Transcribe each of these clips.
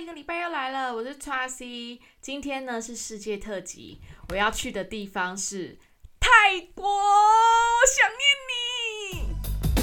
个礼拜又来了，我是 Tracy。今天呢是世界特辑，我要去的地方是泰国，想念你。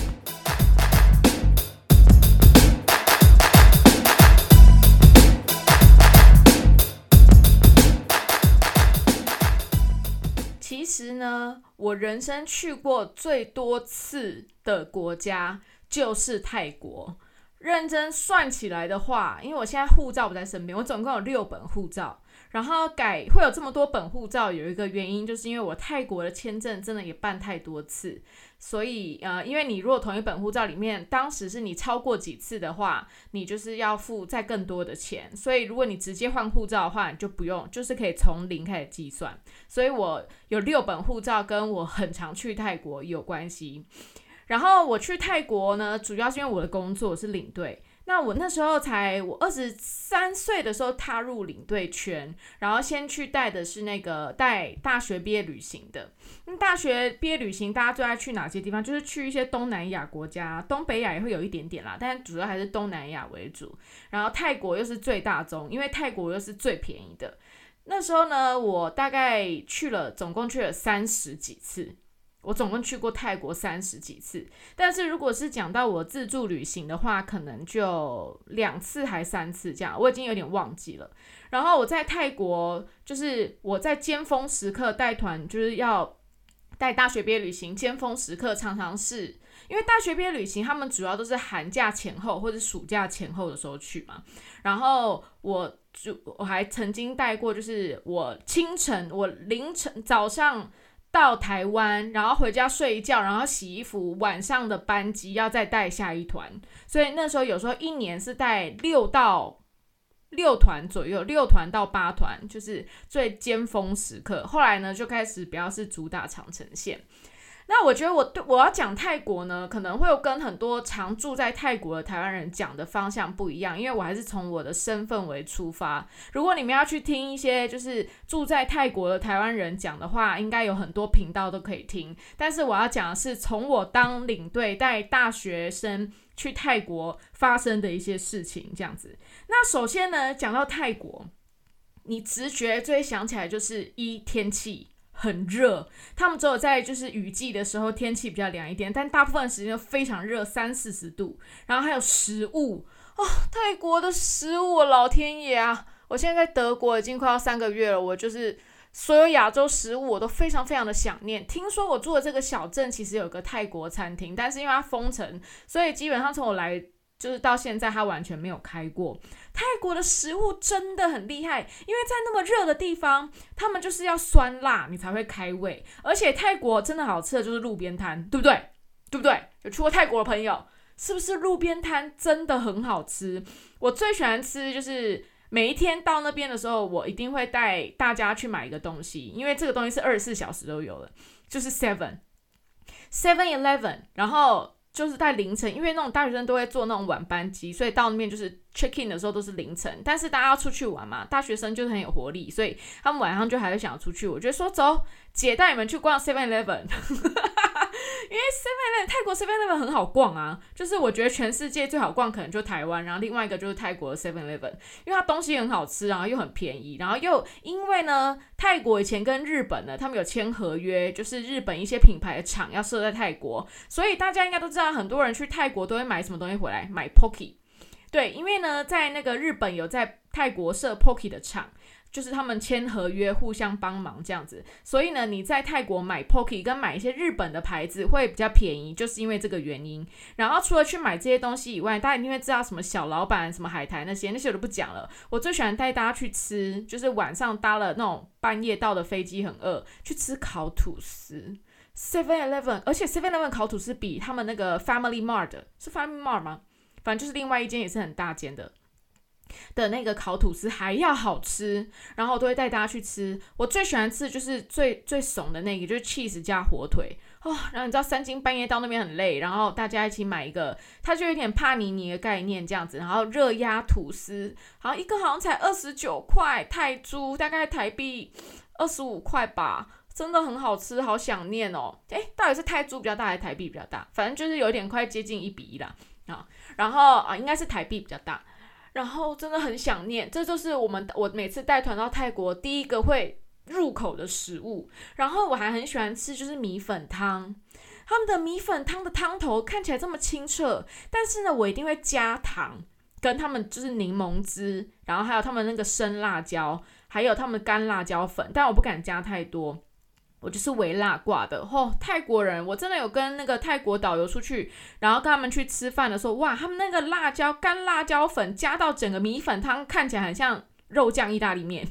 其实呢，我人生去过最多次的国家就是泰国。认真算起来的话，因为我现在护照不在身边，我总共有6本护照，然后会有这么多本护照，有一个原因就是因为我泰国的签证真的也办太多次，所以因为你如果同一本护照里面当时是你超过几次的话，你就是要付再更多的钱，所以如果你直接换护照的话，你就不用，就是可以从零开始计算，所以我有6本护照跟我很常去泰国有关系。然后我去泰国呢，主要是因为我的工作是领队。那我那时候我23岁的时候踏入领队圈，然后先去带的是带大学毕业旅行的。大学毕业旅行大家最爱去哪些地方？就是去一些东南亚国家，东北亚也会有一点点啦，但主要还是东南亚为主。然后泰国又是最大宗，因为泰国又是最便宜的。那时候呢，我大概总共去了30几次。我总共去过泰国30几次，但是如果是讲到我自助旅行的话，可能就2次还3次这样，我已经有点忘记了。然后我在泰国，就是我在尖峰时刻带团，就是要带大学毕业旅行，尖峰时刻常常是因为大学毕业旅行他们主要都是寒假前后或者暑假前后的时候去嘛，然后我还曾经带过，就是我凌晨早上到台湾，然后回家睡一觉，然后洗衣服，晚上的班机要再带下一团，所以那时候有时候一年是带6团左右，6团到8团，就是最尖峰时刻。后来呢，就开始比较是主打长程线。那我觉得我要讲泰国呢，可能会有跟很多常住在泰国的台湾人讲的方向不一样，因为我还是从我的身份为出发。如果你们要去听一些就是住在泰国的台湾人讲的话，应该有很多频道都可以听。但是我要讲的是从我当领队带大学生去泰国发生的一些事情，这样子。那首先呢，讲到泰国，你直觉最想起来就是天气很热，他们只有在就是雨季的时候天气比较凉一点，但大部分时间都非常热，30-40度。然后还有食物泰国的食物，老天爷啊！我现在在德国已经快要3个月了，我就是所有亚洲食物我都非常非常的想念。听说我住的这个小镇其实有个泰国餐厅，但是因为它封城，所以基本上从我来就是到现在它完全没有开过。泰国的食物真的很厉害，因为在那么热的地方，他们就是要酸辣你才会开胃，而且泰国真的好吃的就是路边摊，对不对？对不对？有去过泰国的朋友，是不是路边摊真的很好吃？我最喜欢吃就是每一天到那边的时候，我一定会带大家去买一个东西，因为这个东西是24小时都有的，就是 7-Eleven， 然后就是在凌晨，因为那种大学生都会坐那种晚班机，所以到那边就是 check in 的时候都是凌晨。但是大家要出去玩嘛，大学生就是很有活力，所以他们晚上就还会想要出去。我就说走，姐带你们去逛 7-Eleven， 因为 7-Eleven 泰国 7-Eleven 很好逛啊，就是我觉得全世界最好逛可能就台湾，然后另外一个就是泰国的 7-Eleven， 因为它东西很好吃，然后又很便宜，然后又因为呢泰国以前跟日本呢他们有签合约，就是日本一些品牌的厂要设在泰国，所以大家应该都知道很多人去泰国都会买什么东西回来，买 Pocky。 对，因为呢在那个日本有在泰国设 Pocky 的厂，就是他们签合约互相帮忙这样子，所以呢你在泰国买 Pocky 跟买一些日本的牌子会比较便宜，就是因为这个原因。然后除了去买这些东西以外，大家一定会知道什么小老板什么海苔那些我就不讲了。我最喜欢带大家去吃，就是晚上搭了那种半夜到的飞机很饿，去吃烤吐司 7-Eleven， 而且 7-Eleven 烤吐司比他们那个 Family Mart 是 Family Mart 吗？反正就是另外一间也是很大间的那个烤吐司还要好吃，然后我都会带大家去吃。我最喜欢吃的就是最怂的那个，就是 cheese 加火腿然后你知道3更半夜到那边很累，然后大家一起买一个，它就有点帕尼尼的概念这样子，然后热压吐司，好像一个好像才29块泰铢，大概台币25块吧，真的很好吃，好想念哦。到底是泰铢比较大还是台币比较大？反正就是有点快接近1:1啦。然后应该是台币比较大。 然后真的很想念，这就是我每次带团到泰国第一个会入口的食物。然后我还很喜欢吃就是米粉汤，他们的米粉汤的汤头看起来这么清澈，但是呢我一定会加糖，跟他们就是柠檬汁，然后还有他们那个生辣椒，还有他们干辣椒粉，但我不敢加太多，我就是微辣挂的。泰国人，我真的有跟那个泰国导游出去，然后跟他们去吃饭的时候，哇，他们那个干辣椒粉加到整个米粉汤，看起来很像肉酱意大利面。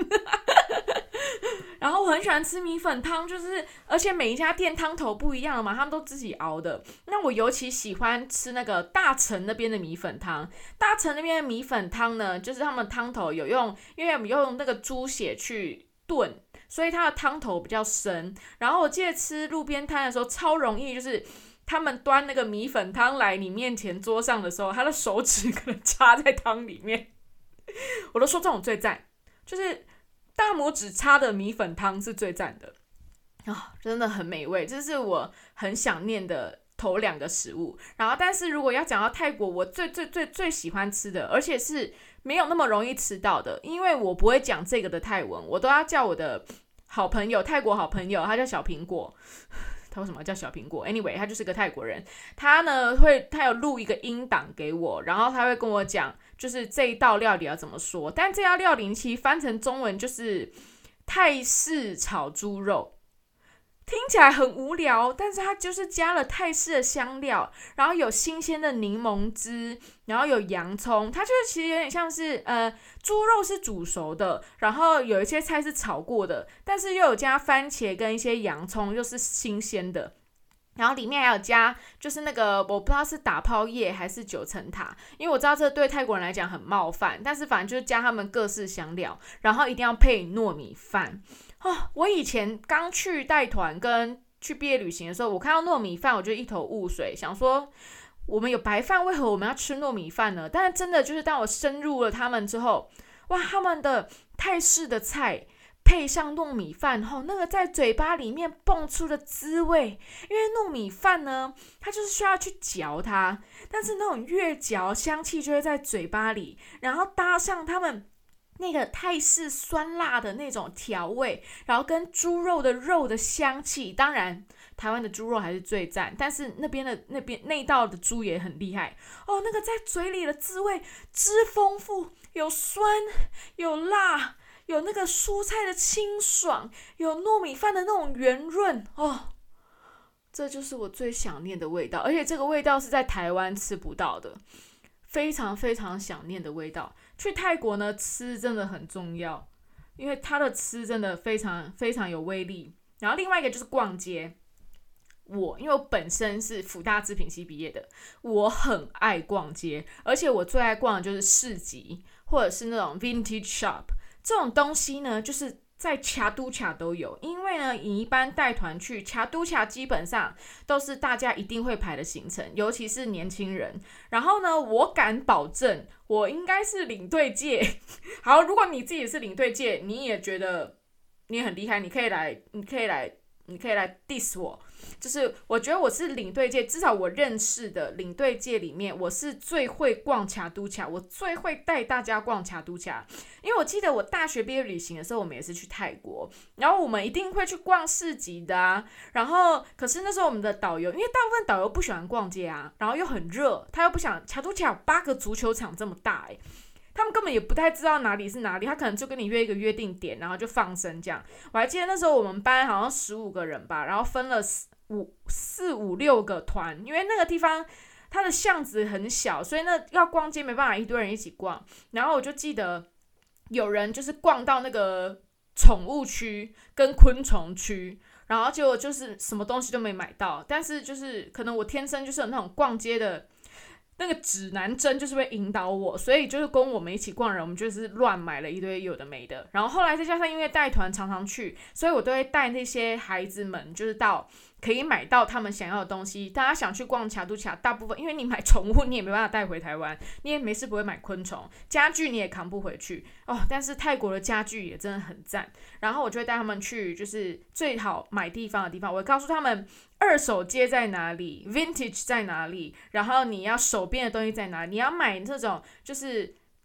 然后我很喜欢吃米粉汤，而且每一家店汤头不一样嘛，他们都自己熬的。那我尤其喜欢吃那个大城那边的米粉汤。大城那边的米粉汤呢，就是他们汤头因为我们用那个猪血去炖，所以它的汤头比较深。然后我记得吃路边摊的时候超容易，就是他们端那个米粉汤来你面前桌上的时候，他的手指可能插在汤里面。我都说这种最赞，就是大拇指插的米粉汤是最赞的真的很美味，这是我很想念的头2个食物。然后但是如果要讲到泰国，我最喜欢吃的，而且是没有那么容易吃到的，因为我不会讲这个的泰文，我都要叫我的好朋友，泰国好朋友，他叫小苹果。他为什么叫小苹果 ？Anyway， 他就是个泰国人。他有录一个音档给我，然后他会跟我讲，就是这一道料理要怎么说。但这道料理其实翻成中文就是泰式炒猪肉，听起来很无聊，但是它就是加了泰式的香料，然后有新鲜的柠檬汁，然后有洋葱，它就是其实有点像是猪肉是煮熟的，然后有一些菜是炒过的，但是又有加番茄跟一些洋葱，又是新鲜的。然后里面还有加就是那个我不知道是打泡叶还是9层塔，因为我知道这对泰国人来讲很冒犯，但是反正就是加他们各式香料，然后一定要配糯米饭。我以前刚去带团跟去毕业旅行的时候，我看到糯米饭我就一头雾水，想说我们有白饭，为何我们要吃糯米饭呢？但是真的就是当我深入了他们之后，哇，他们的泰式的菜配上糯米饭后，那个在嘴巴里面蹦出的滋味，因为糯米饭呢，它就是需要去嚼它，但是那种越嚼香气就会在嘴巴里，然后搭上他们那个泰式酸辣的那种调味，然后跟猪肉的肉的香气，当然台湾的猪肉还是最赞，但是那一道的猪也很厉害那个在嘴里的滋味之丰富，有酸有辣，有那个蔬菜的清爽，有糯米饭的那种圆润这就是我最想念的味道，而且这个味道是在台湾吃不到的，非常非常想念的味道。去泰国呢，吃真的很重要，因为它的吃真的非常非常有威力。然后另外一个就是逛街，因为我本身是辅大织品系毕业的，我很爱逛街，而且我最爱逛的就是市集或者是那种 vintage shop 这种东西呢，就是在卡都卡都有，因为呢，你一般带团去卡都卡，基本上都是大家一定会排的行程，尤其是年轻人。然后呢，我敢保证，我应该是领队界。好，如果你自己是领队界，你也觉得你很厉害，你可以来 diss 我。就是我觉得我是领队界，至少我认识的领队界里面，我是最会逛卡都卡，我最会带大家逛卡都卡。因为我记得我大学毕业旅行的时候，我们也是去泰国，然后我们一定会去逛市集的啊。然后可是那时候我们的导游，因为大部分导游不喜欢逛街啊，然后又很热，他又不想卡都卡有8个足球场这么大他们根本也不太知道哪里是哪里，他可能就跟你约一个约定点，然后就放生这样。我还记得那时候我们班好像15个人吧，然后分了4、5、6个团，因为那个地方它的巷子很小，所以那要逛街没办法一堆人一起逛。然后我就记得有人就是逛到那个宠物区跟昆虫区，然后结果就是什么东西都没买到，但是就是可能我天生就是有那种逛街的那个指南针，就是会引导我，所以就是跟我们一起逛人，我们就是乱买了一堆有的没的。然后后来再加上因为带团常常去，所以我都会带那些孩子们就是到可以买到他们想要的东西。大家想去逛卡都卡，大部分因为你买宠物你也没办法带回台湾，你也没事不会买昆虫，家具你也扛不回去但是泰国的家具也真的很赞。然后我就会带他们去就是最好买地方的地方，我会告诉他们二手街在哪里， vintage 在哪里，然后你要手边的东西在哪里，你要买这种就是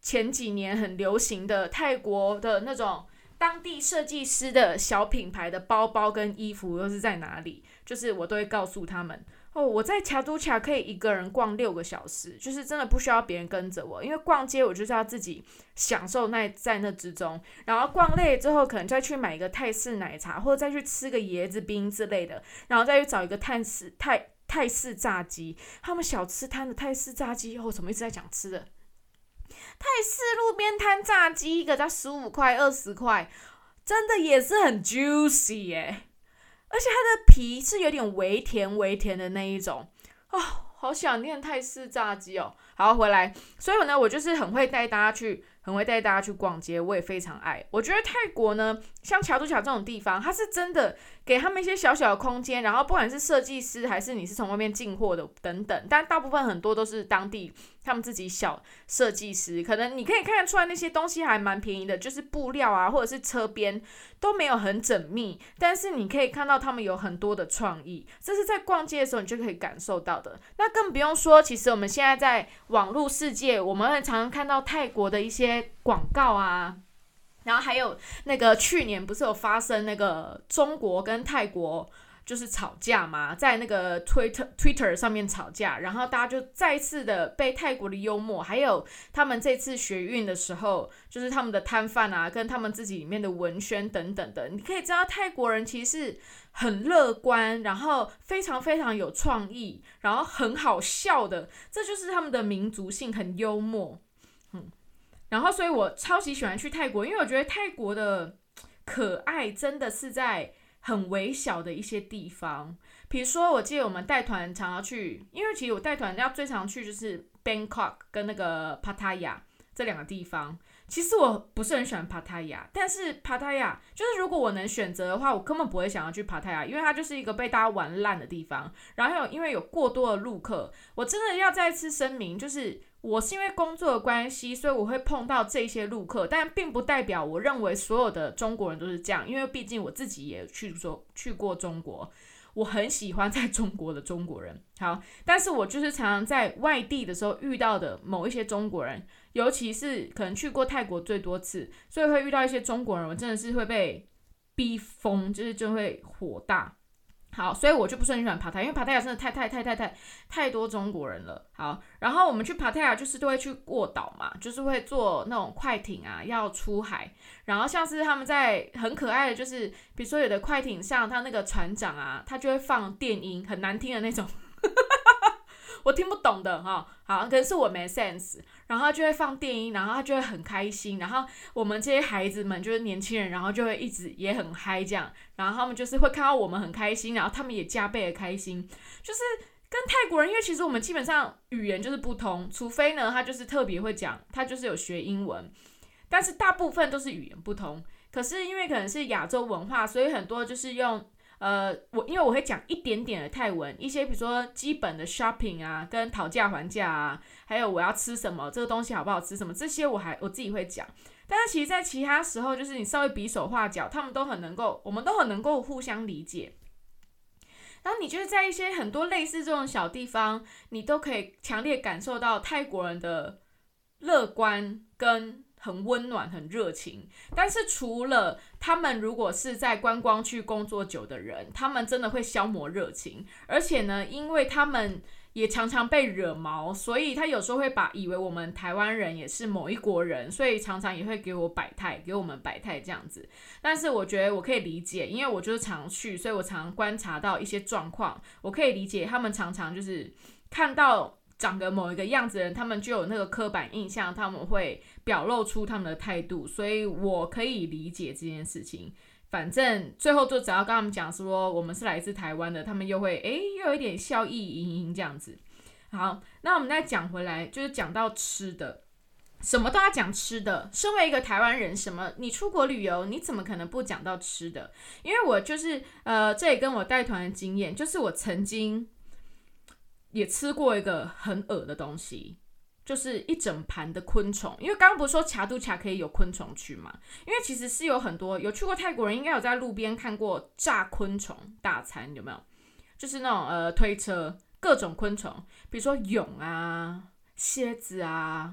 前几年很流行的泰国的那种当地设计师的小品牌的包包跟衣服又是在哪里，就是我都会告诉他们我在卡都卡可以一个人逛6个小时，就是真的不需要别人跟着我，因为逛街我就是要自己享受在那之中，然后逛累了之后可能再去买一个泰式奶茶，或者再去吃个椰子冰之类的，然后再去找一个泰式炸鸡，他们小吃摊的泰式炸鸡怎么一直在讲吃的？泰式路边摊炸鸡一个才15块20块，真的也是很 juicy 耶，而且它的皮是有点微甜微甜的那一种好想念泰式炸鸡哦。好，回来，所以呢，我就是很会带大家去逛街，我也非常爱。我觉得泰国呢，像卡都卡这种地方，它是真的给他们一些小小的空间，然后不管是设计师还是你是从外面进货的等等，但大部分很多都是当地他们自己小设计师，可能你可以看得出来那些东西还蛮便宜的，就是布料啊或者是车边都没有很缜密，但是你可以看到他们有很多的创意，这是在逛街的时候你就可以感受到的。那更不用说，其实我们现在在网络世界，我们会常常看到泰国的一些广告啊，然后还有那个去年不是有发生那个中国跟泰国就是吵架嘛，在那个 Twitter 上面吵架，然后大家就再一次的被泰国的幽默，还有他们这次学运的时候，就是他们的摊贩啊，跟他们自己里面的文宣等等的，你可以知道泰国人其实是很乐观，然后非常非常有创意，然后很好笑的，这就是他们的民族性，很幽默。然后所以我超级喜欢去泰国，因为我觉得泰国的可爱真的是在很微小的一些地方，比如说我记得我们带团常常去，因为其实我带团要最常去就是 Bangkok 跟那个 Pattaya 这2个地方。其实我不是很喜欢 Pattaya， 但是 Pattaya 就是如果我能选择的话，我根本不会想要去 Pattaya， 因为它就是一个被大家玩烂的地方，然后因为有过多的陆客，我真的要再一次声明，就是我是因为工作的关系，所以我会碰到这些陆客，但并不代表我认为所有的中国人都是这样，因为毕竟我自己也去过中国，我很喜欢在中国的中国人。好，但是我就是常常在外地的时候遇到的某一些中国人，尤其是可能去过泰国最多次，所以会遇到一些中国人，我真的是会被逼疯，就会火大。好，所以我就不是很喜欢帕泰，因为帕泰亚真的太多中国人了。好，然后我们去帕泰亚就是都会去过岛嘛，就是会坐那种快艇啊，要出海。然后像是他们在很可爱的，就是比如说有的快艇上，他那个船长啊，他就会放电音，很难听的那种。我听不懂的好，可能是我没 sense， 然后他就会放电音，然后他就会很开心，然后我们这些孩子们就是年轻人，然后就会一直也很嗨这样，然后他们就是会看到我们很开心，然后他们也加倍的开心，就是跟泰国人，因为其实我们基本上语言就是不通，除非呢他就是特别会讲，他就是有学英文，但是大部分都是语言不通。可是因为可能是亚洲文化，所以很多就是用因为我会讲一点点的泰文，一些比如说基本的 shopping 啊，跟讨价还价啊，还有我要吃什么，这个东西好不好吃什么，这些我自己会讲。但是其实在其他时候，就是你稍微比手画脚，我们都很能够互相理解。然后你就是在一些很多类似这种小地方，你都可以强烈感受到泰国人的乐观跟很温暖很热情。但是除了他们如果是在观光区工作久的人，他们真的会消磨热情，而且呢因为他们也常常被惹毛，所以他有时候会以为我们台湾人也是某一国人，所以常常也会给我们摆态这样子。但是我觉得我可以理解，因为我就是常去，所以我常观察到一些状况，我可以理解他们常常就是看到长得某一个样子的人，他们就有那个刻板印象，他们会表露出他们的态度，所以我可以理解这件事情。反正最后就只要跟他们讲说我们是来自台湾的，他们又会又有一点笑意盈盈这样子。好，那我们再讲回来，就是讲到吃的，什么都要讲吃的。身为一个台湾人，你出国旅游，你怎么可能不讲到吃的？因为我就是这也跟我带团的经验，就是我曾经也吃过一个很恶的东西，就是一整盘的昆虫。因为刚刚不是说卡都卡可以有昆虫区嘛？因为其实是有很多有去过泰国人应该有在路边看过炸昆虫大餐，有没有？就是那种推车各种昆虫，比如说蛹啊、蝎子啊，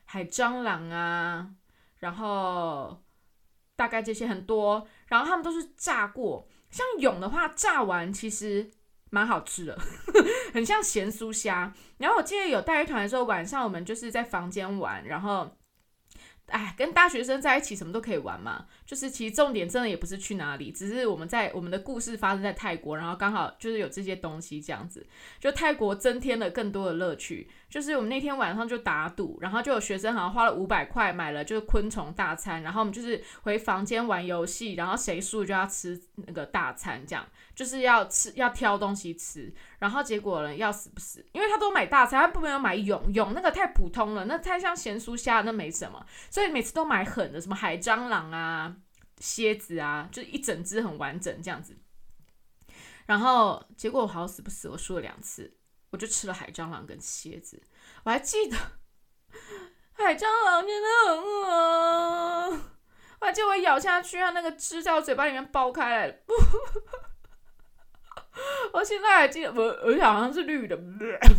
海蟑螂啊，然后大概这些很多，然后他们都是炸过。像蛹的话，炸完其实蛮好吃的，很像咸酥虾。然后我记得有带团的时候，晚上我们就是在房间玩，然后跟大学生在一起什么都可以玩嘛，就是其实重点真的也不是去哪里，只是我们的故事发生在泰国，然后刚好就是有这些东西这样子，就泰国增添了更多的乐趣。就是我们那天晚上就打赌，然后就有学生好像花了500块买了就是昆虫大餐，然后我们就是回房间玩游戏，然后谁输就要吃那个大餐，这样就是要挑东西吃。然后结果呢，要死不死，因为他都买大餐，他没有买蛹那个太普通了，那太像咸酥虾，那没什么，所以每次都买狠的，什么海蟑螂啊、蝎子啊，就是一整只很完整这样子。然后结果我好死不死，我输了2次，我就吃了海蟑螂跟蝎子。我还记得海蟑螂真的很恶，我还记得我咬下去，它那个汁在我嘴巴里面爆开来了。我现在还记得，而且好像是绿的，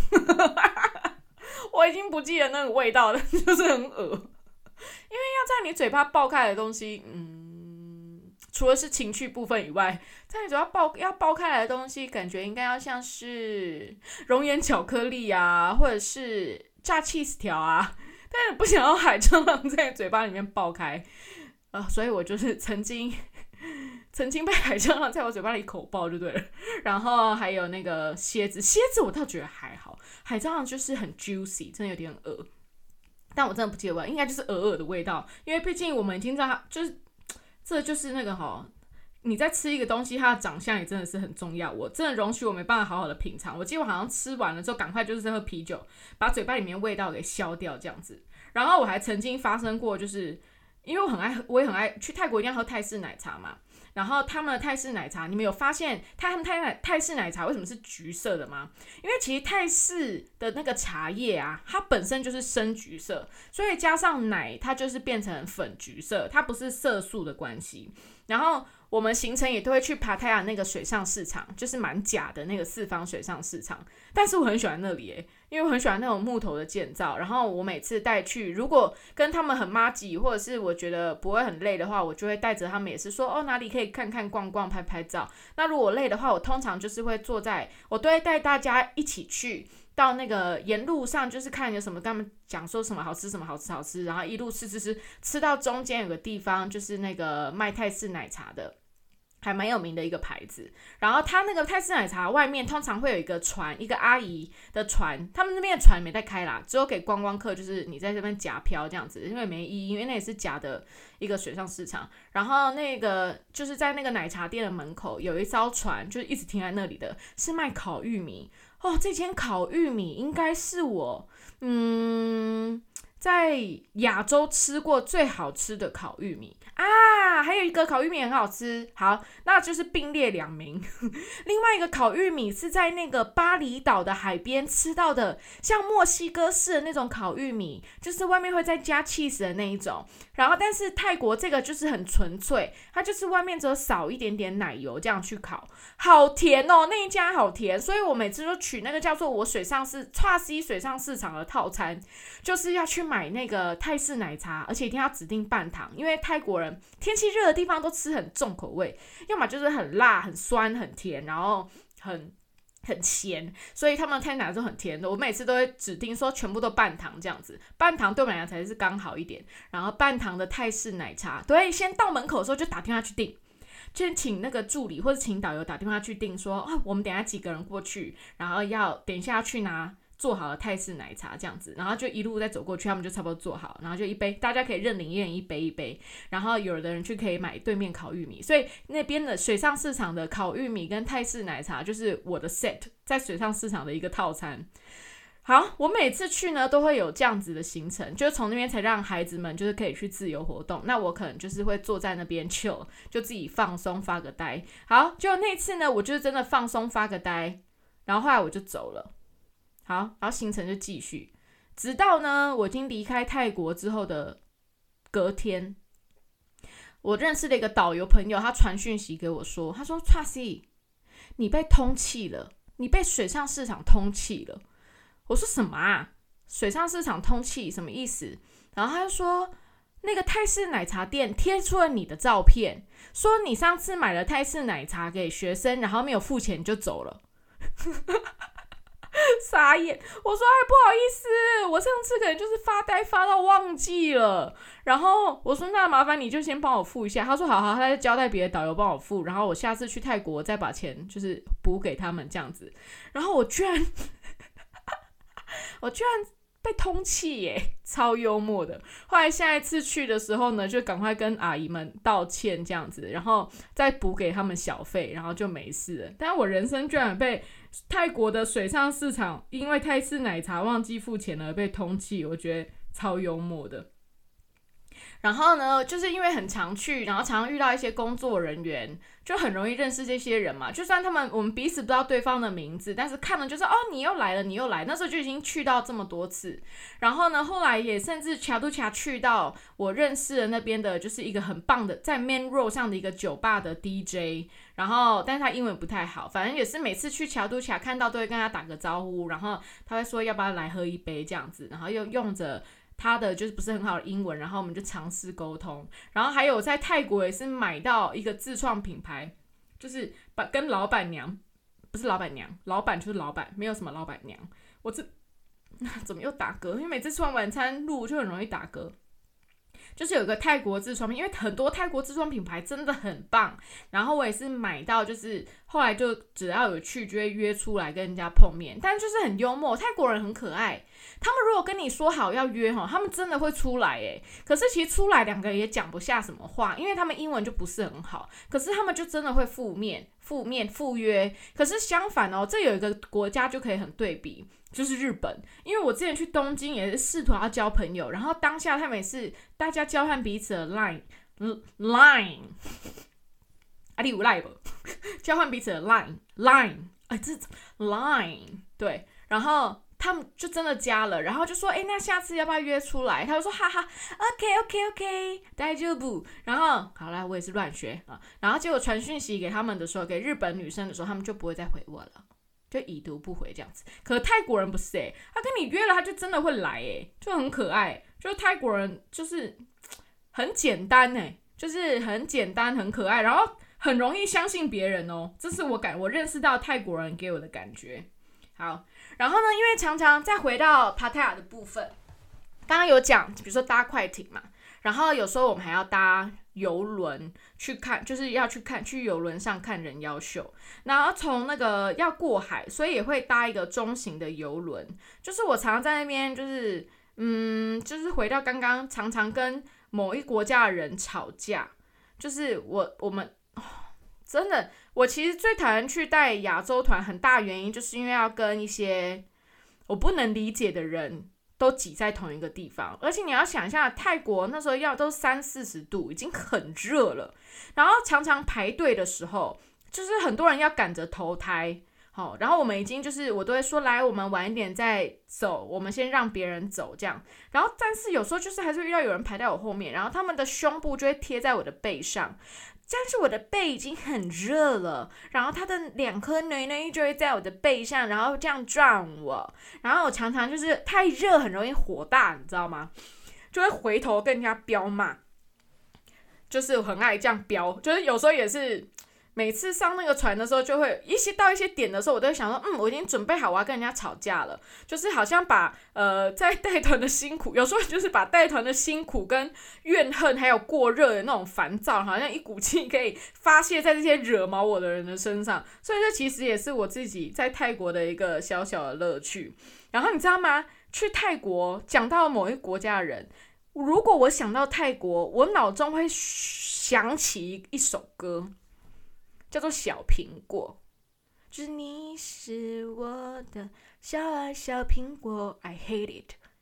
我已经不记得那个味道了，就是很恶。因为要在你嘴巴爆开来的东西，除了是情趣部分以外，在你嘴巴要爆开来的东西，感觉应该要像是熔岩巧克力啊，或者是炸 cheese 条啊，但是不想要海蟑螂在嘴巴里面爆开，所以我就是曾经被海蟑螂在我嘴巴里口爆就对了。然后还有那个蝎子我倒觉得还好，海蟑螂就是很 juicy， 真的有点恶，但我真的不记得，应该就是鹅的味道，因为毕竟我们已经知道它就是这就是那个你在吃一个东西，它的长相也真的是很重要。我真的容许我没办法好好的品尝，我记得我好像吃完了之后，赶快就是喝啤酒，把嘴巴里面味道给消掉这样子。然后我还曾经发生过，就是因为我也很爱去泰国，一定要喝泰式奶茶嘛。然后他们的泰式奶茶，你们有发现他们泰式奶茶为什么是橘色的吗？因为其实泰式的那个茶叶啊，它本身就是深橘色，所以加上奶，它就是变成粉橘色，它不是色素的关系。然后我们行程也都会去帕泰亚那个水上市场，就是蛮假的那个4方水上市场，但是我很喜欢那里耶，因为我很喜欢那种木头的建造。然后我每次带去，如果跟他们很麻吉，或者是我觉得不会很累的话，我就会带着他们，也是说哪里可以看看逛逛拍拍照。那如果累的话，我通常就是会我都会带大家一起去到那个沿路上，就是看有什么，跟他们讲说什么好吃什么好吃，然后一路吃到中间有个地方，就是那个卖泰式奶茶的，还蛮有名的一个牌子。然后他那个泰式奶茶外面通常会有一个船，一个阿姨的船，他们那边的船没在开啦，只有给观光客，就是你在这边夹漂这样子，因为没意义，因为那也是假的一个水上市场。然后那个就是在那个奶茶店的门口有一艘船，就是一直停在那里的，是卖烤玉米。这间烤玉米应该是我在亚洲吃过最好吃的烤玉米啊！还有一个烤玉米很好吃，好，那就是并列2名。另外一个烤玉米是在那个巴厘岛的海边吃到的，像墨西哥式的那种烤玉米，就是外面会再加 cheese 的那一种。然后，但是泰国这个就是很纯粹，它就是外面只有少一点点奶油这样去烤，好甜哦，那一家好甜，所以我每次都取那个叫做我水上市场的套餐，就是要去买那个泰式奶茶，而且一定要指定半糖，因为泰国人天气热的地方都吃很重口味，要么就是很辣、很酸、很甜，然后很咸，所以他们的泰式奶茶都很甜的。我每次都会指定说全部都半糖这样子，半糖对我们来讲才是刚好一点。然后半糖的泰式奶茶，对，先到门口的时候就打电话去订，就请那个助理或者请导游打电话去订说我们等一下几个人过去，然后等一下要去拿做好的泰式奶茶这样子，然后就一路再走过去，他们就差不多做好，然后就一杯，大家可以认领，一人一杯一杯，然后有的人去可以买对面烤玉米，所以那边的水上市场的烤玉米跟泰式奶茶就是我的 set， 在水上市场的一个套餐。好，我每次去呢都会有这样子的行程，就是从那边才让孩子们就是可以去自由活动，那我可能就是会坐在那边 chill， 就自己放松发个呆。好，就那次呢我就是真的放松发个呆，然后后来我就走了。好，然后行程就继续，直到呢我已经离开泰国之后的隔天，我认识了一个导游朋友，他传讯息给我说，他说 Tracy 你被通缉了，你被水上市场通缉了。我说什么啊？水上市场通缉什么意思？ 然后他就说那个泰式奶茶店贴出了你的照片，说你上次买了泰式奶茶给学生，然后没有付钱就走了。傻眼，我说不好意思，我上次可能就是发呆发到忘记了，然后我说那麻烦你就先帮我付一下，他说好，他就交代别的导游帮我付，然后我下次去泰国再把钱就是补给他们这样子，然后我居然被通气耶，超幽默的。后来下一次去的时候呢，就赶快跟阿姨们道歉这样子，然后再补给他们小费，然后就没事了。但我人生居然被泰国的水上市场因为泰式奶茶忘记付钱而被通气，我觉得超幽默的。然后呢，就是因为很常去，然后常常遇到一些工作人员，就很容易认识这些人嘛。就算我们彼此不知道对方的名字，但是看了就是你又来了，你又来。那时候就已经去到这么多次。然后呢，后来也甚至卡杜卡去到我认识的那边的，就是一个很棒的在 Main Road 上的一个酒吧的 DJ。然后，但是他英文不太好，反正也是每次去卡杜卡看到都会跟他打个招呼，然后他会说要不要来喝一杯这样子，然后又用着他的就是不是很好的英文，然后我们就尝试沟通。然后还有在泰国也是买到一个自创品牌，就是跟老板娘，不是老板娘，老板就是老板，没有什么老板娘。我怎么又打嗝？因为每次吃完晚餐录就很容易打嗝。就是有一个泰国自创品，因为很多泰国自创品牌真的很棒，然后我也是买到，就是后来就只要有去就会约出来跟人家碰面，但就是很幽默，泰国人很可爱，他们如果跟你说好要约，他们真的会出来耶。可是其实出来两个人也讲不下什么话，因为他们英文就不是很好，可是他们就真的会赴约。可是相反这有一个国家就可以很对比，就是日本。因为我之前去东京也是试图要交朋友，然后当下他们也是大家交换彼此的 line 你有 line 不？交换彼此的 line 这 line 对，然后他们就真的加了，然后就说那下次要不要约出来？他就说哈哈 OK 大丈夫。然后好啦，我也是乱学啊。然后结果传讯息给他们的时候，给日本女生的时候，他们就不会再回我了，就已读不回这样子。可泰国人不是他跟你约了，他就真的会来就很可爱。就泰国人就是很简单就是很简单很可爱，然后很容易相信别人这是我认识到泰国人给我的感觉。好，然后呢，因为常常再回到帕塔亚的部分，刚刚有讲，比如说搭快艇嘛，然后有时候我们还要搭邮轮去看，就是要去邮轮上看人妖秀，然后从那个要过海，所以也会搭一个中型的邮轮。就是我常常在那边，就是回到刚刚常常跟某一国家的人吵架，就是我们。真的，我其实最讨厌去带亚洲团，很大原因就是因为要跟一些我不能理解的人都挤在同一个地方，而且你要想一下，泰国那时候都30-40度，已经很热了，然后常常排队的时候，就是很多人要赶着投胎，然后我们已经就是我都会说来，我们晚一点再走，我们先让别人走这样，然后但是有时候就是还是会遇到有人排在我后面，然后他们的胸部就会贴在我的背上。但是我的背已经很热了，然后他的2颗内内就会在我的背上，然后这样撞我，然后我常常就是太热很容易火大，你知道吗？就会回头跟人家飙骂，就是我很爱这样飙，就是有时候也是每次上那个船的时候，就会到一些点的时候，我都会想说，我已经准备好我要跟人家吵架了，就是好像把在带团的辛苦，有时候就是把带团的辛苦跟怨恨，还有过热的那种烦躁，好像一股气可以发泄在这些惹毛我的人的身上，所以这其实也是我自己在泰国的一个小小的乐趣。然后你知道吗？去泰国讲到某一个国家的人，如果我想到泰国，我脑中会想起一首歌。叫做小苹果，就是你是我的小苹果 I hate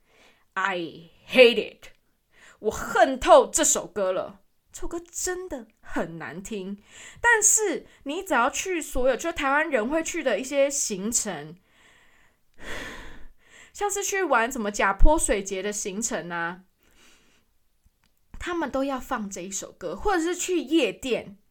it 我恨透这首歌了。这首歌真的很难听，但是你只要去所有就台湾人会去的一些行程，像是去玩什么甲坡水节的行程啊，他们都要放这一首歌，或者是去夜店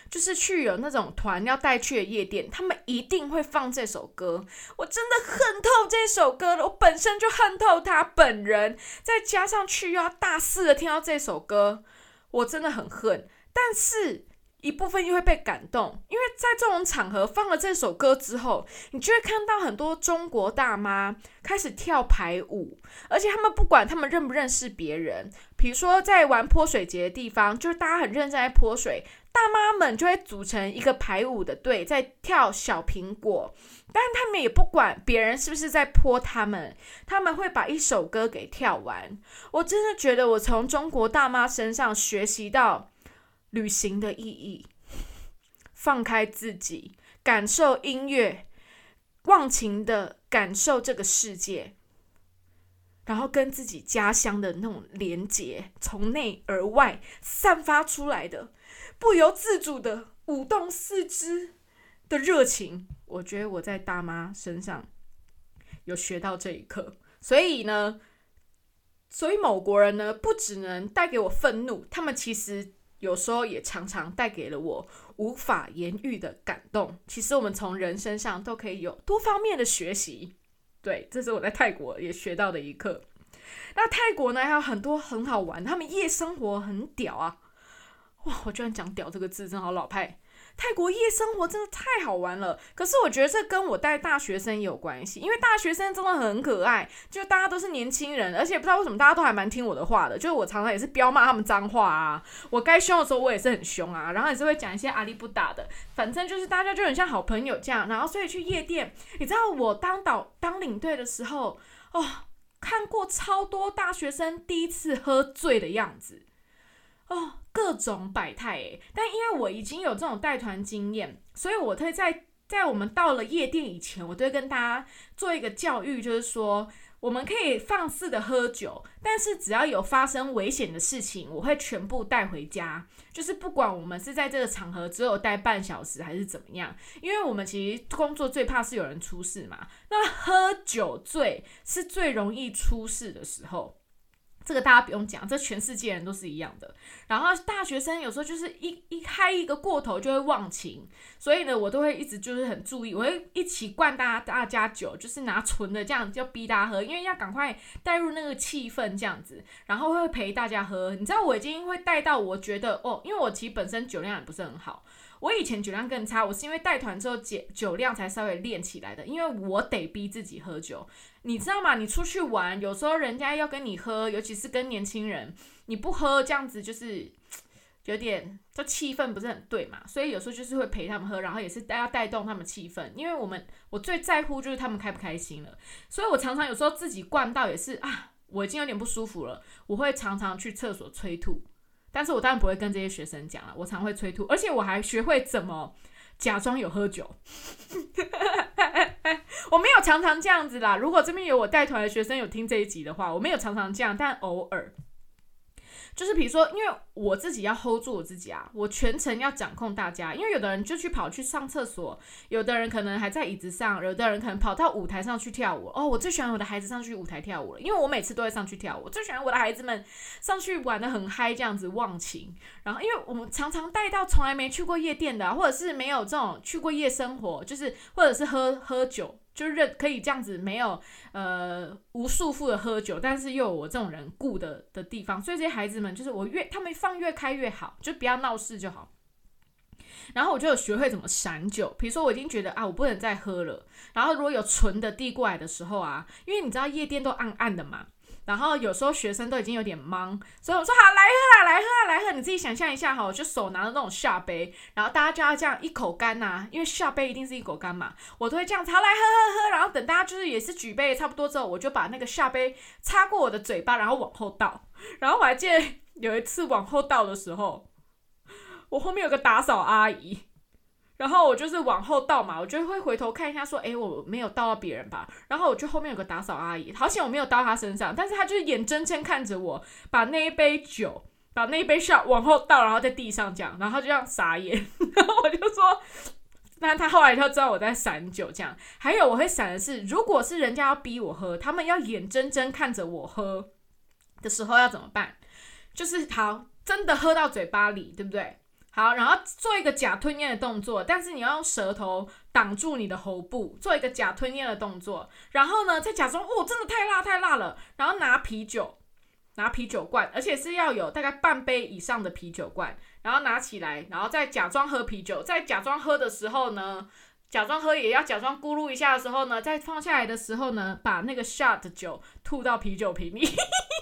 就是去有那种团要带去的夜店，他们一定会放这首歌。我真的恨透这首歌了，我本身就恨透他本人，再加上去又要大肆的听到这首歌，我真的很恨。但是一部分又会被感动，因为在这种场合放了这首歌之后，你就会看到很多中国大妈开始跳排舞，而且他们不管他们认不认识别人，比如说在玩泼水节的地方，就是大家很认真在泼水，大妈们就会组成一个排舞的队在跳小苹果，但他们也不管别人是不是在泼他们，他们会把一首歌给跳完。我真的觉得我从中国大妈身上学习到旅行的意义，放开自己，感受音乐，忘情的感受这个世界，然后跟自己家乡的那种连结，从内而外散发出来的不由自主的舞动四肢的热情，我觉得我在大妈身上有学到这一课。所以某国人呢，不只能带给我愤怒，他们其实有时候也常常带给了我无法言喻的感动。其实我们从人身上都可以有多方面的学习，对，这是我在泰国也学到的一课。那泰国呢还有很多很好玩，他们夜生活很屌啊！哇，我居然讲屌这个字真好老派。泰国夜生活真的太好玩了，可是我觉得这跟我带大学生也有关系，因为大学生真的很可爱，就大家都是年轻人，而且不知道为什么大家都还蛮听我的话的，就是我常常也是彪骂他们脏话啊，我该凶的时候我也是很凶啊，然后也是会讲一些阿里不达的，反正就是大家就很像好朋友这样。然后所以去夜店，你知道我当领队的时候看过超多大学生第一次喝醉的样子各种百态耶。但因为我已经有这种带团经验，所以我会在我们到了夜店以前，我都会跟大家做一个教育，就是说我们可以放肆的喝酒，但是只要有发生危险的事情，我会全部带回家，就是不管我们是在这个场合只有待半小时还是怎么样，因为我们其实工作最怕是有人出事嘛，那喝酒醉是最容易出事的时候，这个大家不用讲，这全世界人都是一样的。然后大学生有时候就是一嗨一个过头就会忘情，所以呢，我都会一直就是很注意，我会一起灌大家酒，就是拿纯的这样就逼大家喝，因为要赶快带入那个气氛这样子，然后会陪大家喝。你知道我已经会带到我觉得因为我其实本身酒量也不是很好。我以前酒量更差，我是因为带团之后酒量才稍微练起来的，因为我得逼自己喝酒，你知道吗？你出去玩，有时候人家要跟你喝，尤其是跟年轻人，你不喝这样子就是有点这气氛不是很对嘛，所以有时候就是会陪他们喝，然后也是要带动他们气氛，因为我最在乎就是他们开不开心了，所以我常常有时候自己灌到也是我已经有点不舒服了，我会常常去厕所催吐。但是我当然不会跟这些学生讲了，我常会催吐，而且我还学会怎么假装有喝酒。我没有常常这样子啦，如果这边有我带团的学生有听这一集的话，我没有常常这样，但偶尔。就是比如说，因为我自己要 hold 住我自己啊，我全程要掌控大家，因为有的人就跑去上厕所，有的人可能还在椅子上，有的人可能跑到舞台上去跳舞。我最喜欢我的孩子上去舞台跳舞了，因为我每次都会上去跳舞，我最喜欢我的孩子们上去玩得很嗨，这样子忘情。然后因为我们常常带到从来没去过夜店的或者是没有这种去过夜生活，就是或者是喝酒。就是可以这样子没有无束缚的喝酒，但是又有我这种人顾的地方，所以这些孩子们就是他们放越开越好，就不要闹事就好。然后我就有学会怎么闪酒，比如说我已经觉得我不能再喝了，然后如果有纯的递过来的时候因为你知道夜店都暗暗的嘛，然后有时候学生都已经有点懵，所以我说好来喝啦，来喝啦，来喝！你自己想象一下我就手拿着那种下杯，然后大家就要这样一口干因为下杯一定是一口干嘛，我都会这样子好来喝，然后等大家就是也是举杯差不多之后，我就把那个下杯插过我的嘴巴，然后往后倒。然后我还记得有一次往后倒的时候，我后面有个打扫阿姨。然后我就是往后倒嘛，我就会回头看一下说我没有倒到别人吧，然后我就后面有个打扫阿姨，好险我没有倒她身上，但是她就是眼睁睁看着我把那一杯酒把那一杯shot往后倒，然后在地上这样，然后她就这样傻眼。然后我就说那她后来就知道我在闪酒这样。还有我会闪的是，如果是人家要逼我喝，他们要眼睁睁看着我喝的时候要怎么办，就是好真的喝到嘴巴里，对不对？ 好，然后做一个假吞咽的动作，但是你要用舌头挡住你的喉部，做一个假吞咽的动作，然后呢再假装真的太辣了，然后拿啤酒罐，而且是要有大概半杯以上的啤酒罐，然后拿起来，然后再假装喝啤酒，在假装喝的时候呢，假装喝也要假装咕噜一下的时候呢，再放下来的时候呢，把那个 shot 的酒吐到啤酒瓶里。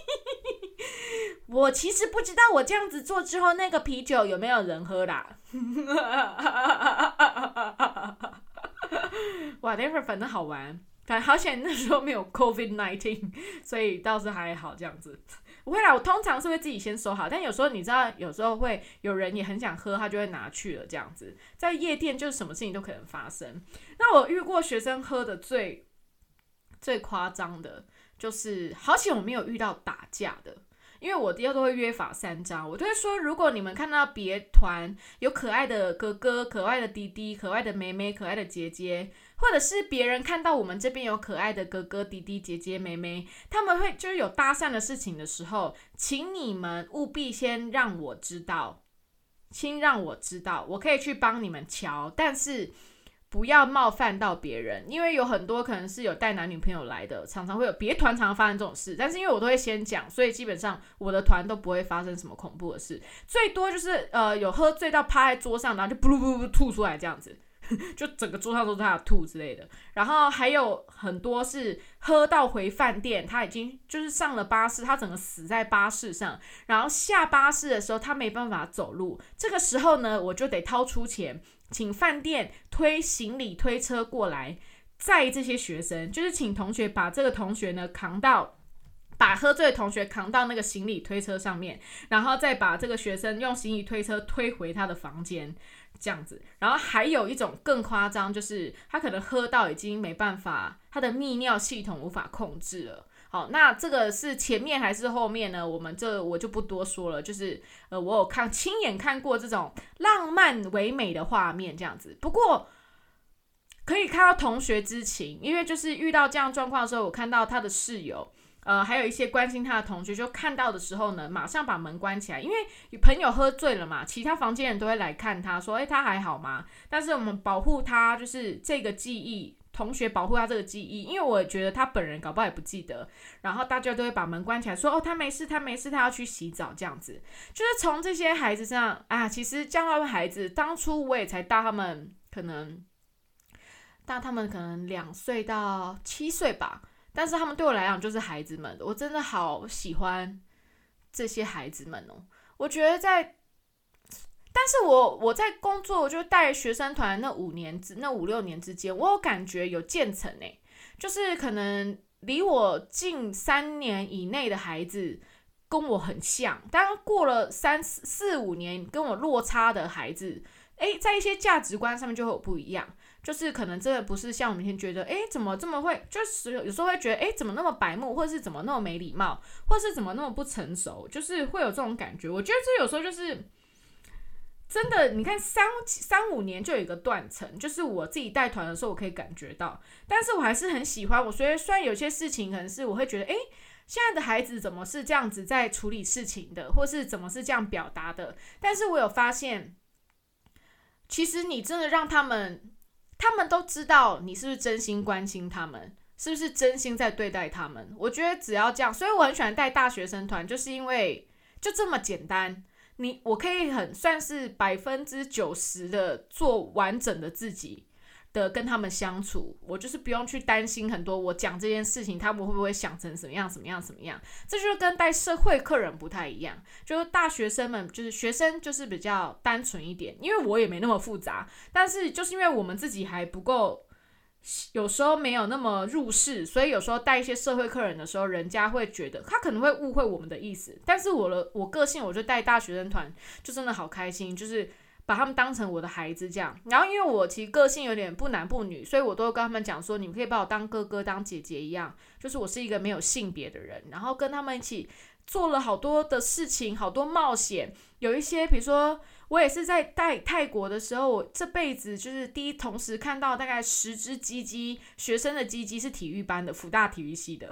我其实不知道我这样子做之后，那个啤酒有没有人喝啦。whatever， 反正好玩。反正好险那时候没有 COVID-19， 所以倒是还好这样子。不会啦，我通常是会自己先收好，但有时候你知道，有时候会有人也很想喝，他就会拿去了这样子。在夜店就是什么事情都可能发生。那我遇过学生喝的最夸张的，就是好险我没有遇到打架的。因为我都会约法三章，我都会说，如果你们看到别团有可爱的哥哥、可爱的弟弟、可爱的妹妹、可爱的姐姐，或者是别人看到我们这边有可爱的哥哥、弟弟、姐姐、妹妹，他们会就是有搭讪的事情的时候，请你们务必先让我知道，我可以去帮你们瞧，但是不要冒犯到别人，因为有很多可能是有带男女朋友来的，常常会有别团常常发生这种事，但是因为我都会先讲，所以基本上我的团都不会发生什么恐怖的事，最多就是有喝醉到趴在桌上，然后就噗噗噗吐出来这样子，就整个桌上都是他的吐之类的。然后还有很多是喝到回饭店，他已经就是上了巴士，他整个死在巴士上，然后下巴士的时候他没办法走路，这个时候呢我就得掏出钱请饭店推行李推车过来载这些学生，就是请同学把这个同学呢把喝醉的同学扛到那个行李推车上面，然后再把这个学生用行李推车推回他的房间这样子。然后还有一种更夸张，就是他可能喝到已经没办法，他的泌尿系统无法控制了。好，那这个是前面还是后面呢？我就不多说了，就是我有亲眼看过这种浪漫唯美的画面这样子。不过可以看到同学之情，因为就是遇到这样状况的时候，我看到他的室友还有一些关心他的同学，就看到的时候呢，马上把门关起来，因为朋友喝醉了嘛，其他房间人都会来看他说他还好吗？但是我们保护他，就是这个记忆，同学保护他这个记忆，因为我觉得他本人搞不好也不记得，然后大家都会把门关起来说他没事，他要去洗澡这样子。就是从这些孩子上其实这样的孩子，当初我也才大他们可能2岁到7岁吧，但是他们对我来讲就是孩子们，我真的好喜欢这些孩子们哦。我觉得但是我在工作，我就带学生团那5、6年之间，我有感觉有渐层欸，就是可能离我近3年以内的孩子跟我很像，当然过了3、4、5年跟我落差的孩子，在一些价值观上面就会有不一样，就是可能真的不是像我们以前觉得怎么这么会，就是有时候会觉得怎么那么白目，或是怎么那么没礼貌，或是怎么那么不成熟，就是会有这种感觉。我觉得这有时候就是真的，你看3、5年就有一个断层，就是我自己带团的时候我可以感觉到，但是我还是很喜欢。所以虽然有些事情可能是我会觉得现在的孩子怎么是这样子在处理事情的，或是怎么是这样表达的，但是我有发现其实你真的让他们都知道你是不是真心关心他们，是不是真心在对待他们。我觉得只要这样，所以我很喜欢带大学生团，就是因为就这么简单，我可以很算是90%的做完整的自己的跟他们相处，我就是不用去担心很多我讲这件事情他们会不会想成什么样。这就是跟带社会客人不太一样，就是大学生们就是学生就是比较单纯一点，因为我也没那么复杂，但是就是因为我们自己还不够，有时候没有那么入世，所以有时候带一些社会客人的时候，人家会觉得他可能会误会我们的意思，但是我个性，我就带大学生团就真的好开心，就是把他们当成我的孩子这样。然后因为我其实个性有点不男不女，所以我都会跟他们讲说，你们可以把我当哥哥当姐姐一样，就是我是一个没有性别的人，然后跟他们一起做了好多的事情，好多冒险。有一些比如说我也是在带泰国的时候，我这辈子就是同时看到大概10只鸡鸡，学生的鸡鸡是体育班的，辅大体育系的，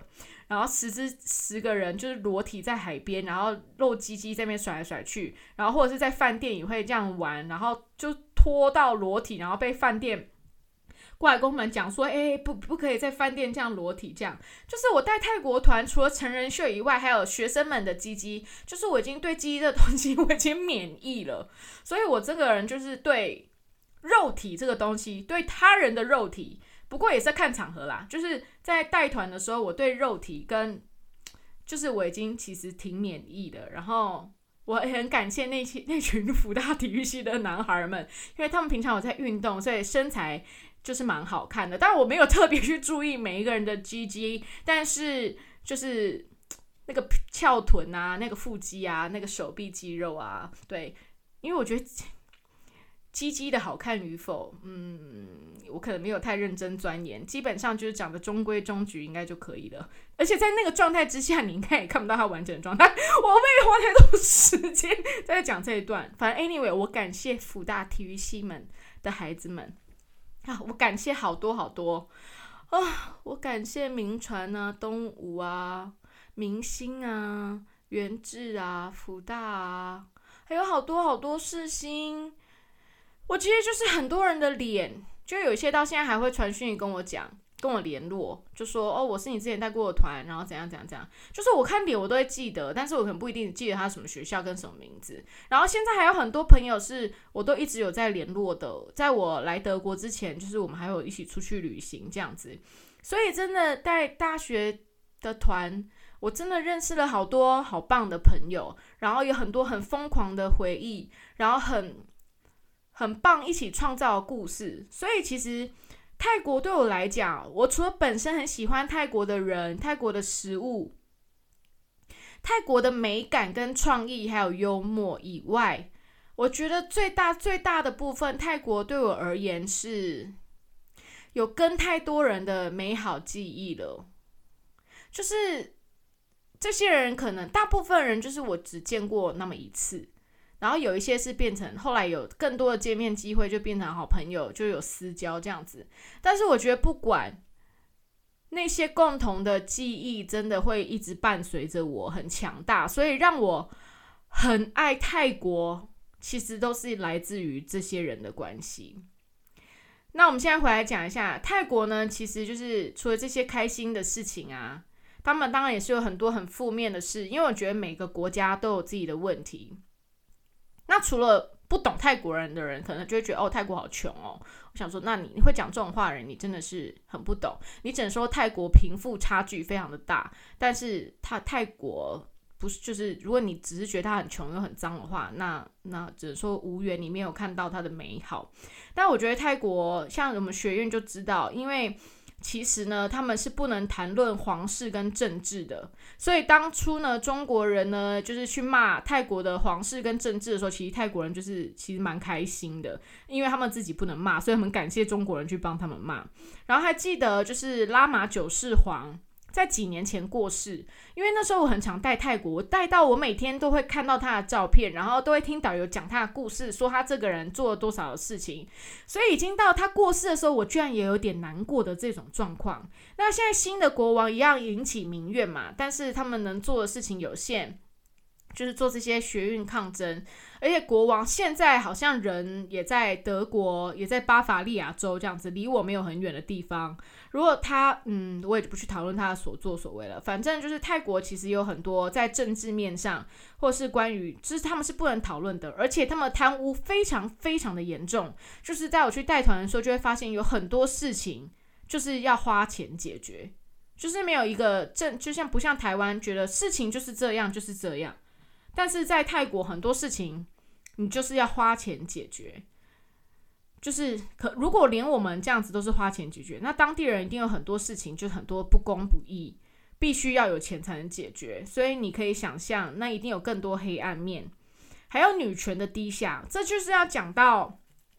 然后10个人就是裸体在海边，然后露鸡鸡在那边甩来甩去，然后或者是在饭店也会这样玩，然后就拖到裸体，然后被饭店过来跟我们讲说，不可以在饭店这样裸体，这样就是我带泰国团，除了成人秀以外，还有学生们的鸡鸡，就是我已经对鸡鸡这东西我已经免疫了，所以我这个人就是对肉体这个东西，对他人的肉体，不过也是看场合啦，就是在带团的时候，我对肉体跟就是我已经其实挺免疫的，然后我也很感谢那群福大体育系的男孩们，因为他们平常有在运动，所以身材就是蛮好看的。但我没有特别去注意每一个人的鸡鸡，但是就是那个翘臀啊，那个腹肌啊，那个手臂肌肉啊，对，因为我觉得鸡鸡的好看与否，我可能没有太认真钻研，基本上就是长得中规中矩应该就可以了。而且在那个状态之下，你应该也看不到它完整的状态。我为了花太多时间在讲这一段，反正 anyway， 我感谢辅大体育系们的孩子们啊，我感谢好多好多啊，我感谢铭传啊、东吴啊、明星啊、元智啊、辅大啊，还有好多好多世新。我其实就是很多人的脸，就有一些到现在还会传讯跟我讲，跟我联络，就说我是你之前带过的团，然后怎样怎样怎样。就是我看脸我都会记得，但是我可能不一定记得他什么学校跟什么名字。然后现在还有很多朋友是我都一直有在联络的，在我来德国之前，就是我们还有一起出去旅行这样子。所以真的带大学的团，我真的认识了好多好棒的朋友，然后有很多很疯狂的回忆，然后很棒一起创造的故事。所以其实泰国对我来讲，我除了本身很喜欢泰国的人、泰国的食物、泰国的美感跟创意还有幽默以外，我觉得最大的部分，泰国对我而言是有跟太多人的美好记忆了。就是这些人可能大部分人就是我只见过那么一次，然后有一些是变成后来有更多的见面机会，就变成好朋友，就有私交这样子。但是我觉得不管那些共同的记忆，真的会一直伴随着我，很强大，所以让我很爱泰国，其实都是来自于这些人的关系。那我们现在回来讲一下泰国呢，其实就是除了这些开心的事情啊，他们当然也是有很多很负面的事，因为我觉得每个国家都有自己的问题。那除了不懂泰国人的人，可能就会觉得泰国好穷哦。我想说，那你会讲这种话的人，你真的是很不懂。你只能说泰国贫富差距非常的大，但是泰国不是，就是如果你只是觉得它很穷又很脏的话，那只能说无缘，你没有看到它的美好。但我觉得泰国像我们学院就知道，因为其实呢，他们是不能谈论皇室跟政治的，所以当初呢，中国人呢就是去骂泰国的皇室跟政治的时候，其实泰国人就是其实蛮开心的，因为他们自己不能骂，所以他们感谢中国人去帮他们骂。然后还记得就是拉玛九世皇在几年前过世，因为那时候我很常带泰国，我带到我每天都会看到他的照片，然后都会听导游讲他的故事，说他这个人做了多少的事情，所以已经到他过世的时候，我居然也有点难过的这种状况。那现在新的国王一样引起民怨嘛，但是他们能做的事情有限，就是做这些学运抗争。而且国王现在好像人也在德国，也在巴伐利亚州这样子，离我没有很远的地方。如果他我也不去讨论他的所作所为了，反正就是泰国其实有很多在政治面上，或是关于就是他们是不能讨论的，而且他们的贪污非常非常的严重。就是在我去带团的时候，就会发现有很多事情就是要花钱解决，就是没有一个就像不像台湾觉得事情就是这样就是这样，但是在泰国很多事情你就是要花钱解决。就是如果连我们这样子都是花钱解决，那当地人一定有很多事情，就是很多不公不义，必须要有钱才能解决。所以你可以想象，那一定有更多黑暗面，还有女权的低下。这就是要讲到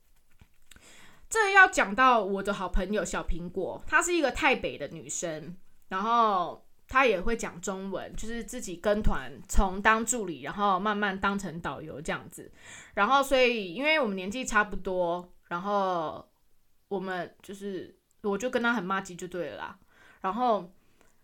我的好朋友小苹果，她是一个泰北的女生，然后她也会讲中文，就是自己跟团从当助理，然后慢慢当成导游这样子。然后所以因为我们年纪差不多，然后我就跟他很麻吉就对了啦。然后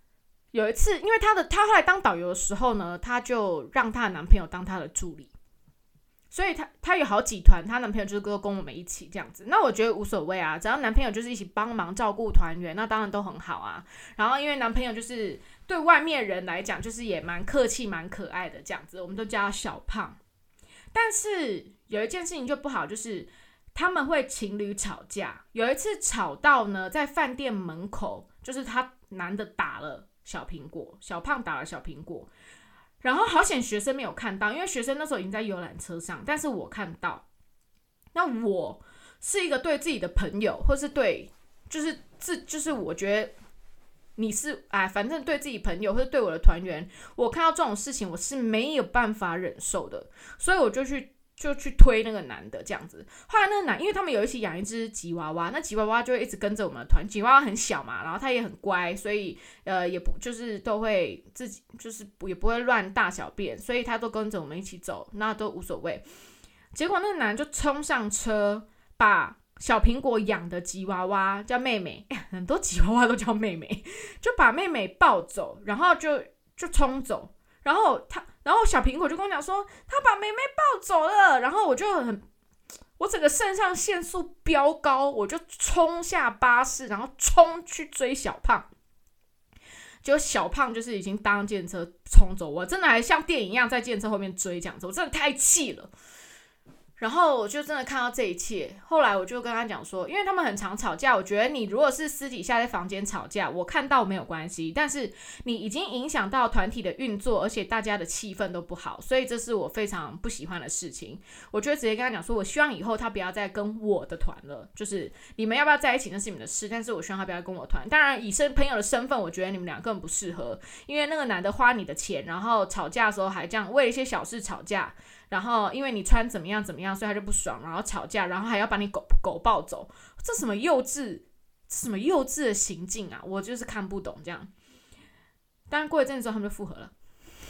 有一次，因为她后来当导游的时候呢，她就让她的男朋友当她的助理，所以她有好几团，她男朋友就是跟我们一起这样子。那我觉得无所谓啊，只要男朋友就是一起帮忙照顾团员，那当然都很好啊。然后因为男朋友就是对外面人来讲，就是也蛮客气、蛮可爱的这样子，我们都叫他小胖。但是有一件事情就不好，就是他们会情侣吵架。有一次吵到呢，在饭店门口，就是他男的打了小苹果，小胖打了小苹果。然后好险学生没有看到，因为学生那时候已经在游览车上，但是我看到。那我是一个对自己的朋友，或是对，就是我觉得你是反正对自己朋友或者对我的团员，我看到这种事情我是没有办法忍受的，所以我就去推那个男的这样子。后来那个男，因为他们有一起养一只吉娃娃，那吉娃娃就会一直跟着我们的团。吉娃娃很小嘛，然后他也很乖，所以也不就是都会自己就是也不会乱大小便，所以他都跟着我们一起走，那都无所谓。结果那个男就冲上车，把小苹果养的吉娃娃叫妹妹，很多吉娃娃都叫妹妹，就把妹妹抱走，然后就冲走。然后小苹果就跟我讲说，他把妹妹抱走了。然后我整个肾上腺素飙高，我就冲下巴士，然后冲去追小胖。结果小胖就是已经搭计程车冲走，我真的还像电影一样在计程车后面追这样子，我真的太气了。然后我就真的看到这一切，后来我就跟他讲说，因为他们很常吵架，我觉得你如果是私底下在房间吵架，我看到没有关系，但是你已经影响到团体的运作，而且大家的气氛都不好，所以这是我非常不喜欢的事情。我就直接跟他讲说，我希望以后他不要再跟我的团了，就是你们要不要在一起那是你们的事，但是我希望他不要跟我团。当然以朋友的身份，我觉得你们俩根本不适合，因为那个男的花你的钱，然后吵架的时候还这样为一些小事吵架，然后因为你穿怎么样怎么样，所以他就不爽，然后吵架，然后还要把你狗抱走，这什么幼稚的行径啊！我就是看不懂这样。当然过一阵子之后他们就复合了。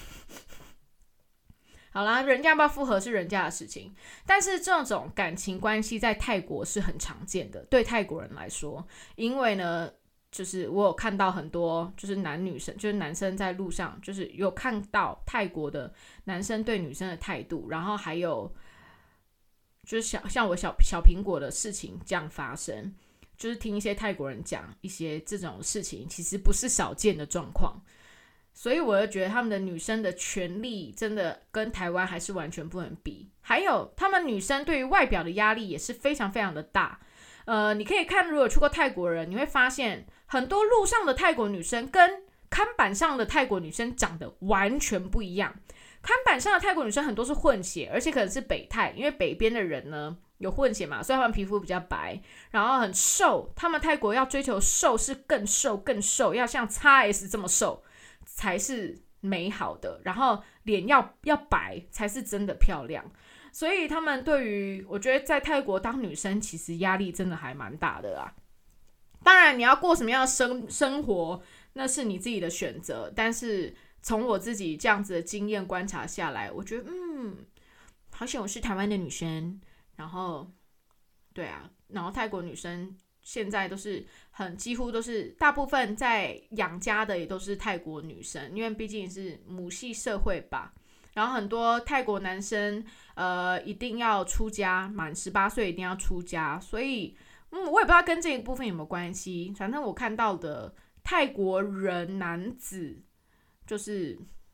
好啦，人家要不要复合是人家的事情，但是这种感情关系在泰国是很常见的，对泰国人来说，因为呢。就是我有看到很多，就是男女生，就是男生在路上，就是有看到泰国的男生对女生的态度，然后还有就是像我小苹果的事情这样发生，就是听一些泰国人讲一些这种事情，其实不是少见的状况，所以我就觉得他们的女生的权利真的跟台湾还是完全不能比，还有他们女生对于外表的压力也是非常非常的大。你可以看，如果去过泰国人，你会发现很多路上的泰国女生跟看板上的泰国女生长得完全不一样。看板上的泰国女生很多是混血，而且可能是北泰，因为北边的人呢有混血嘛，所以他们皮肤比较白，然后很瘦。他们泰国要追求瘦是更瘦，要像 XS 这么瘦才是美好的，然后脸要白才是真的漂亮。所以他们对于，我觉得在泰国当女生其实压力真的还蛮大的啦。当然你要过什么样的生活那是你自己的选择，但是从我自己这样子的经验观察下来，我觉得好险我是台湾的女生，然后对啊，然后泰国女生现在都是几乎都是大部分在养家的也都是泰国女生，因为毕竟是母系社会吧。然后很多泰国男生一定要出家，满18岁一定要出家，所以我也不知道跟这一部分有没有关系。反正我看到的泰国人男子，就是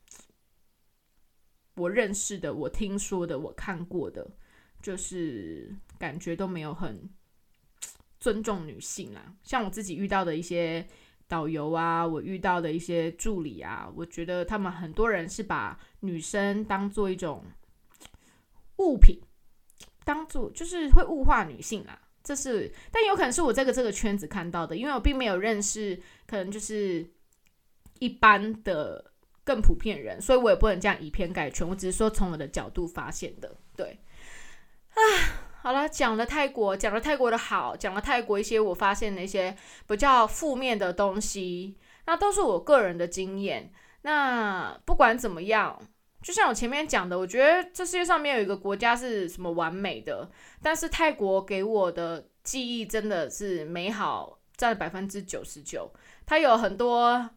我认识的、我听说的、我看过的，就是感觉都没有很尊重女性啦。像我自己遇到的一些导游啊，我遇到的一些助理啊，我觉得他们很多人是把女生当做一种物品，当做就是会物化女性啦。但有可能是我这个圈子看到的，因为我并没有认识可能就是一般的更普遍人，所以我也不能这样以偏概全，我只是说从我的角度发现的。对，好了，讲了泰国的好，讲了泰国一些我发现的一些比较负面的东西，那都是我个人的经验。那不管怎么样，就像我前面讲的，我觉得这世界上没有一个国家是什么完美的，但是泰国给我的记忆真的是美好占了99%，它有很多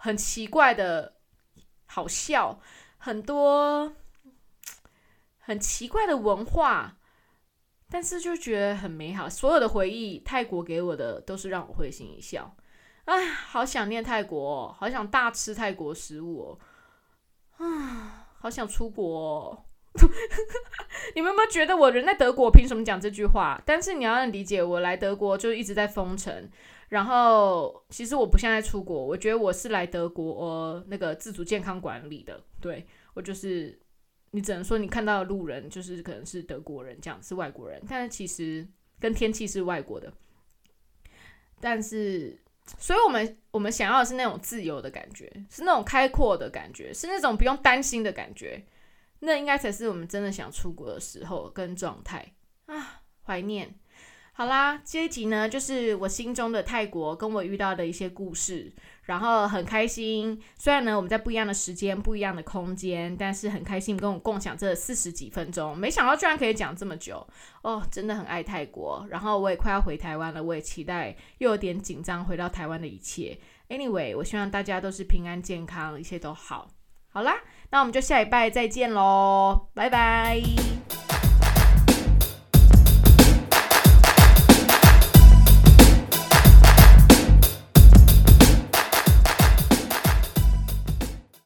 很奇怪的好笑，很多很奇怪的文化，但是就觉得很美好。所有的回忆，泰国给我的都是让我会心一笑。哎，好想念泰国哦，好想大吃泰国食物哦，好想出国哦。你们有没有觉得我人在德国，凭什么讲这句话？但是你要理解，我来德国就一直在封城，然后其实我不像在出国，我觉得我是来德国那个自主健康管理的。对，我就是你只能说你看到的路人就是可能是德国人，这样是外国人，但是其实跟天气是外国的。但是所以我们想要的是那种自由的感觉，是那种开阔的感觉，是那种不用担心的感觉。那应该才是我们真的想出国的时候跟状态啊，怀念。好啦，这一集呢，就是我心中的泰国跟我遇到的一些故事，然后很开心。虽然呢我们在不一样的时间、不一样的空间，但是很开心跟我共享这40几分钟。没想到居然可以讲这么久哦，真的很爱泰国。然后我也快要回台湾了，我也期待又有点紧张回到台湾的一切。Anyway， 我希望大家都是平安健康，一切都好。好啦，那我们就下礼拜再见咯，拜拜。